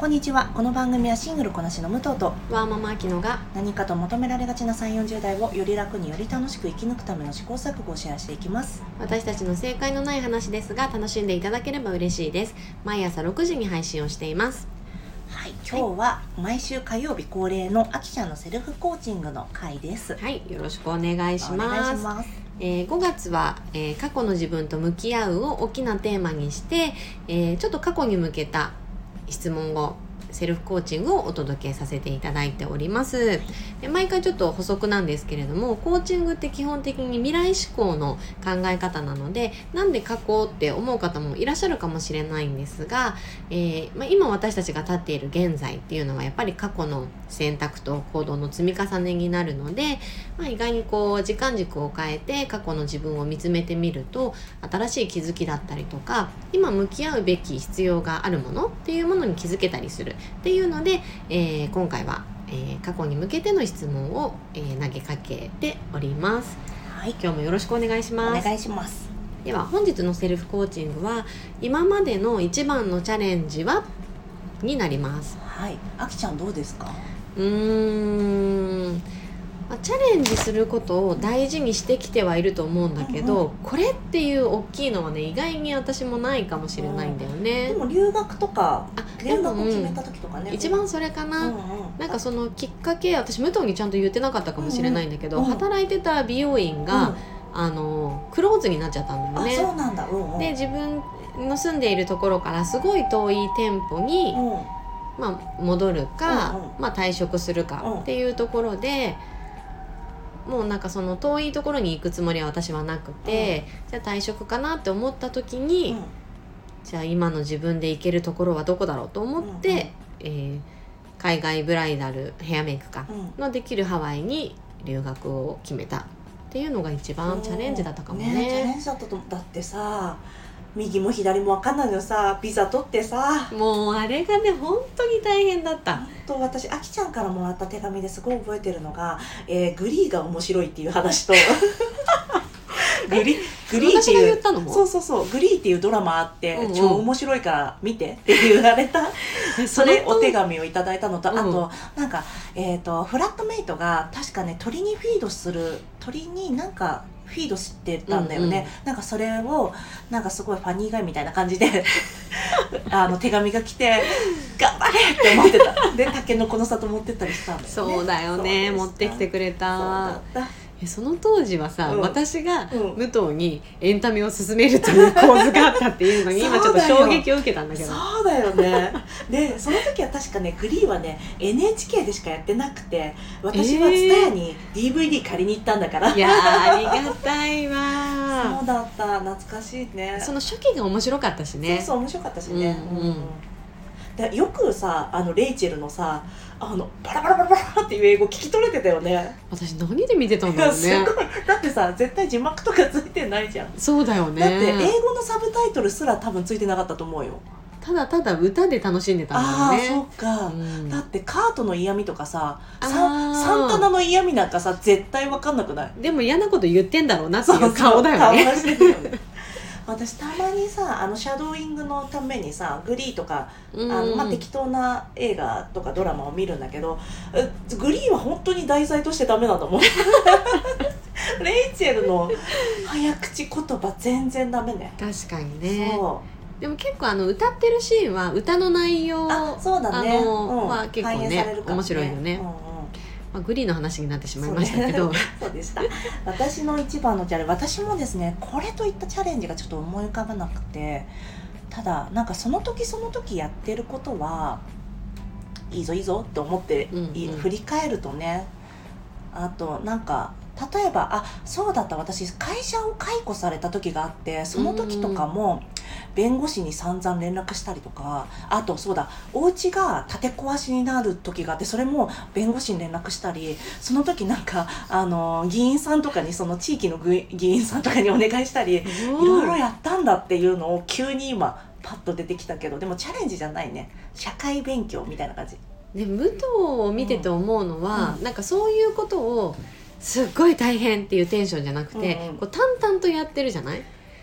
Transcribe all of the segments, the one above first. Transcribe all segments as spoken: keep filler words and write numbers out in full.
んにちは。この番組はシングルこなしの武藤とワーママアキノが何かと求められがちなさんじゅう、よんじゅう代をより楽により楽しく生き抜くための試行錯誤をシェアしていきます。 私たちの正解のない話ですが楽しんでいただければ嬉しいです。毎朝ろくじに配信をしています。 はい、今日は毎週火曜日恒例のあきちゃんのセルフコーチングの回です。 はい、よろしくお願いします。 お願いします。 えー、ごがつは、えー、過去の自分と向き合うを大きなテーマにして、えー、ちょっと過去に向けた質問をセルフコーチングをお届けさせていただいております。で毎回ちょっと補足なんですけれども、コーチングって基本的に未来志向の考え方なので、なんで過去って思う方もいらっしゃるかもしれないんですが、えーまあ、今私たちが立っている現在っていうのはやっぱり過去の選択と行動の積み重ねになるので、まあ、意外にこう時間軸を変えて過去の自分を見つめてみると、新しい気づきだったりとか、今向き合うべき必要があるものっていうものに気づけたりするっていうので、えー、今回は、えー、過去に向けての質問を、えー、投げかけております。はい、今日もよろしくお願いします。 お願いします。 では本日のセルフコーチングは、今までの一番のチャレンジはになります。 はい、あきちゃんどうですか？ うーんチャレンジすることを大事にしてきてはいると思うんだけど、うんうん、これっていう大きいのはね、意外に私もないかもしれないんだよね、 うん、でも留学とか留学を決めた時とかね、 うん、一番それかな、 うんうん、 なんかそのきっかけ、私武藤にちゃんと言ってなかったかもしれないんだけど、 うんうん、 働いてた美容院が、うん、あのクローズになっちゃったんだよね。 あ、そうなんだ、うんうん、 で自分の住んでいるところからすごい遠い店舗に、うん、まあ、戻るか、うんうん、まあ、退職するかっていうところで、もうなんかその遠いところに行くつもりは私はなくて、うん、じゃあ退職かなって思った時に、うん、じゃあ今の自分で行けるところはどこだろうと思って、うんうん、えー、海外ブライダルヘアメイクかのできるハワイに留学を決めたっていうのが一番チャレンジだったかもね。 ね、チャレンジだったと。だってさ、右も左も分かんないのさ、ビザ取ってさ、 もうあれがね本当に大変だった。 本当、私あきちゃんからもらった手紙ですごい覚えてるのが、えー、グリーが面白いっていう話とグリグリーっていう、 言ったのもそうそうそう、グリーっていうドラマあって、うんうん、超面白いから見てって言われたそれお手紙をいただいたのと、うん、あとなんか、えーと、フラットメイトが確かね、鳥にフィードする、鳥になんかフィードしてたんだよね、うんうん、なんかそれをなんかすごいファニーガイみたいな感じであの手紙が来て頑張れって思ってた。でタケノコの里持ってったりしたんだよね。 そうだよね、持ってきてくれた。そうだった。その当時はさ、うん、私が武藤にエンタメを進めるという構図があったっていうのに今ちょっと衝撃を受けたんだけど。 そうだよね。でその時は確かね、グリーはね エヌエイチケー でしかやってなくて、私は ツタヤ に ディーブイディー 借りに行ったんだから、 いやーありがたいわ。 そうだった、懐かしいね。 その初期が面白かったしね。 そうそう、面白かったしね、 うんうん、 でよくさ、あのレイチェルのさ、あのバラバラバラバラっていう英語聞き取れてたよね。 私何で見てたんだろうね。 すごい。だってさ、絶対字幕とかついてないじゃん。 そうだよね。 だって英語のサブタイトルすら多分ついてなかったと思うよ。 ただただ歌で楽しんでたんだよね。 ああ、そうか、うん、だってカートの嫌味とかさ、ササンタナの嫌味なんかさ、絶対分かんなくない？ でも嫌なこと言ってんだろうなっていう顔だよね。 そうそう、顔してるよね。私たまにさ、あのシャドーイングのためにさ、グリーとか、あの、まあ、適当な映画とかドラマを見るんだけど、グリーは本当に題材としてダメなんだもん。レイチェルの早口言葉全然ダメね。 確かにね。そうでも結構あの歌ってるシーンは歌の内容、 あ、そうだね、 あの、 うん、 は結構ね、ね、面白いよね、うんうん、まあ、グリーの話になってしまいましたけど、 そうね、そうでした。私の一番のチャレンジ、私もですね、これといったチャレンジがちょっと思い浮かばなくて、ただなんかその時その時やってることはいいぞいいぞって思って、うんうん、振り返るとね、あとなんか例えば、あ、そうだった、私会社を解雇された時があって、その時とかも弁護士に散々連絡したりとか、あとそうだ、お家が建て壊しになる時があって、それも弁護士に連絡したり、その時なんかあの議員さんとかに、その地域の議員さんとかにお願いしたり、いろいろやったんだっていうのを急に今パッと出てきたけど、でもチャレンジじゃないね、社会勉強みたいな感じで、武藤を見てて思うのは、うん、なんかそういうことをすっごい大変っていうテンションじゃなくて、うんうん、こう淡々とやってるじゃない。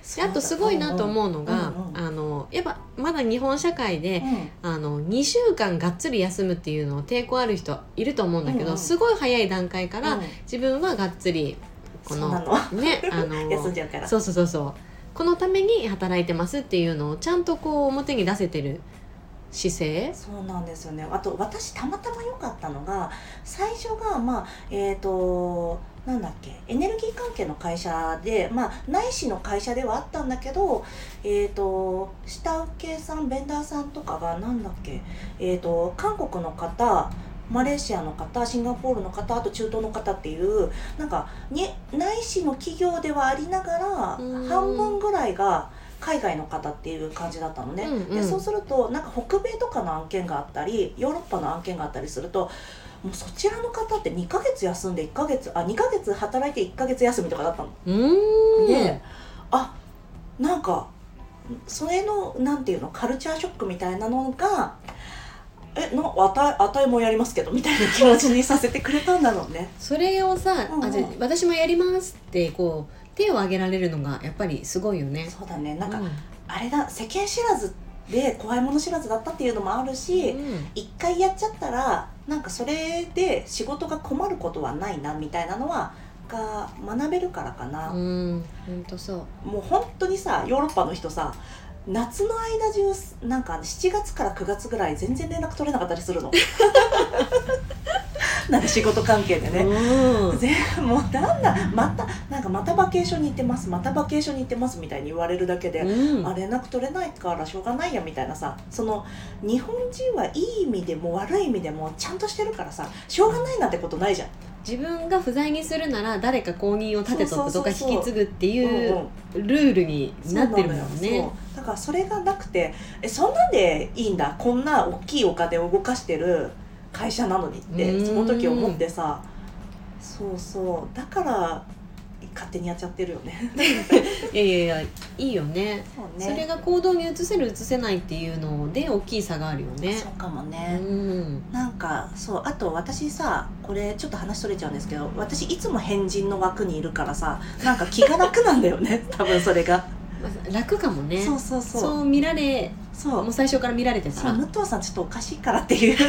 であとすごいなと思うのが、 うんうんあのやっぱまだ日本社会で、 うんあのにしゅうかんがっつり休むっていうのを抵抗ある人いると思うんだけど、 うんうんすごい早い段階から、 うん自分はがっつりこのそうなのねあの休んじゃうからそうそうそうそうこのために働いてますっていうのをちゃんとこう表に出せてる姿勢。 そうなんですよね。あと私たまたま良かったのが最初がまあえっ、となんだっけエネルギー関係の会社でまあ内資の会社ではあったんだけど、えっ、と下請けさんベンダーさんとかがなんだっけえっ、と韓国の方マレーシアの方シンガポールの方あと中東の方っていうなんかに内資の企業ではありながらうん半分ぐらいが海外の方っていう感じだったのね、 うんうんでそうするとなんか北米とかの案件があったりヨーロッパの案件があったりするともうそちらの方ってにかげつ休んでいっかげつあにかげつ働いていっかげつ休みとかだったのうーんであなんかそれのなんていうのカルチャーショックみたいなのがえのあたあたいもやりますけどみたいな気持ちにさせてくれたんだろうねそれをさ、 うんうんあじゃあ私もやりますってこう手を挙げられるのがやっぱりすごいよね。 そうだねなんか、 うあれだ世間知らずで怖いもの知らずだったっていうのもあるし、 うん一回やっちゃったらなんかそれで仕事が困ることはないなみたいなのはが学べるからかな、 うんほんとそうもう本当にさヨーロッパの人さ夏の間中なんかしちがつからくがつぐらい全然連絡取れなかったりするのなんか仕事関係でね、 うん全もうなんだまたなんかまたバケーションに行ってますまたバケーションに行ってますみたいに言われるだけで、 うんあ連絡取れないからしょうがないやみたいなさその日本人はいい意味でも悪い意味でもちゃんとしてるからさしょうがないなんてことないじゃん。 自分が不在にするなら誰か後任を立てとくとかそうそうそうそう引き継ぐっていううんうんルールになってるもんそうね。 だからそれがなくてえそんなんでいいんだこんな大きいお金を動かしてる会社なのにっうてんその時思ってさそうそうだから勝手にやっちゃってるよねいやいやいやいいよね。 そうねそれが行動に移せる移せないっていうので大きい差があるよね。 そうかもうね、 んなんかそうあと私さこれちょっと話それちゃうんですけど私いつも変人の枠にいるからさなんか気が楽なんだよね多分それがまあ楽かもね。 そうそうそうそう見られそうもう最初から見られてたらそう武藤さんちょっとおかしいからっていう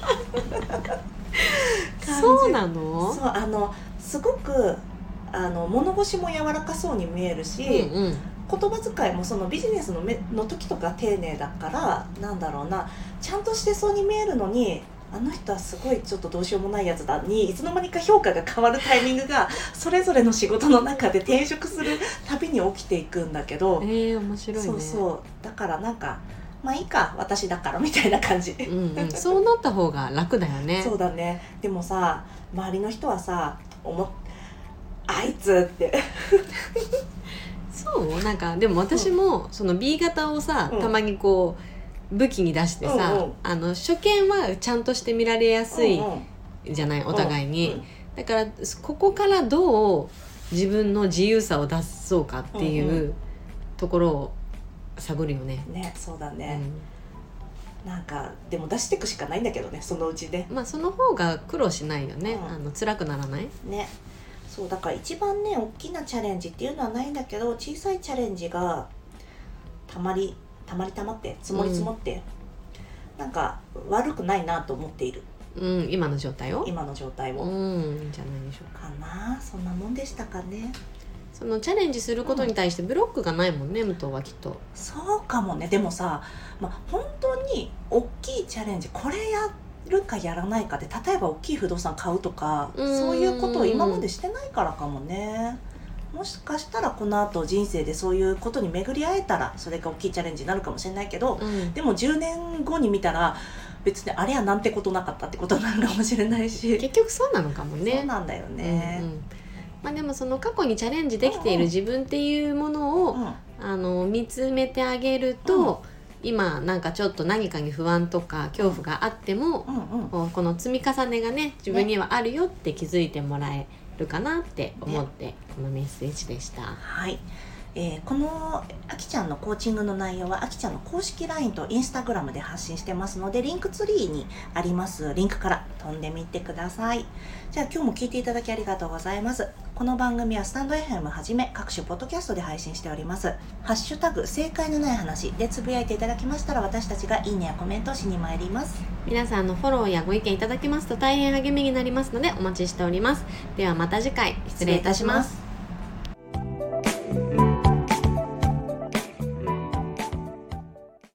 感じそうなの？ そうあのすごくあの物腰も柔らかそうに見えるし、 うんうん言葉遣いもそのビジネスのめの時とか丁寧だからなんだろうなちゃんとしてそうに見えるのにあの人はすごいちょっとどうしようもないやつだにいつの間にか評価が変わるタイミングがそれぞれの仕事の中で転職するたびに起きていくんだけど、 えー、面白いね。 そうそうだからなんかまあいいか私だからみたいな感じ、 うんうん、そうなった方が楽だよね。 そうだね。でもさ周りの人はさ思っあいつってそうなんかでも私もその ビー 型をさ、 うんたまにこう武器に出してさ、 うんうんあの初見はちゃんとして見られやすいうんうんじゃないお互いに、 うんだからここからどう自分の自由さを出そうかっていうんううところを探るよね。 ねそうだうね、 んなんかでも出していくしかないんだけどねそのうちねまあその方が苦労しないよね、 うんあの辛くならない。 ねそうだから一番ね大きなチャレンジっていうのはないんだけど小さいチャレンジがたまりたまりたまって積もり積もって、なんか悪くないなと思っているうん今の状態を今の状態を、 うんじゃないでしょうか。 かなそんなもんでしたかね。 そのチャレンジすることに対してブロックがないもんね、武藤はきっと。 そうかもね。でもさ、まあ、本当に大きいチャレンジこれやるかやらないかで例えば大きい不動産買うとかうんそういうことを今までしてないからかもね。もしかしたらこの後人生でそういうことに巡り会えたらそれが大きいチャレンジになるかもしれないけど、 うんでもじゅうねんごに見たら別にあれはなんてことなかったってことになるかもしれないし、 結局そうなのかもね。 そうなんだよね。 うんうんまあ、でもその過去にチャレンジできている自分っていうものを、 うんあの見つめてあげると、今なんかちょっと何かに不安とか恐怖があっても、 うんうんこうこの積み重ねがね自分にはあるよって気づいてもらえるかなって思って、このメッセージでした。 はい、 えーこのあきちゃんのコーチングの内容はあきちゃんの公式 ライン とインスタグラムで発信してますので、リンクツリーにありますリンクから飛んでみてください。じゃあ今日も聞いていただきありがとうございます。この番組はスタンド エフエム はじめ各種ポッドキャストで配信しております。ハッシュタグ正解のない話でつぶやいていただきましたら、私たちがいいねやコメントをしに参ります。 皆さんのフォローやご意見いただけますと大変励みになりますのでお待ちしております。ではまた次回失礼いたします。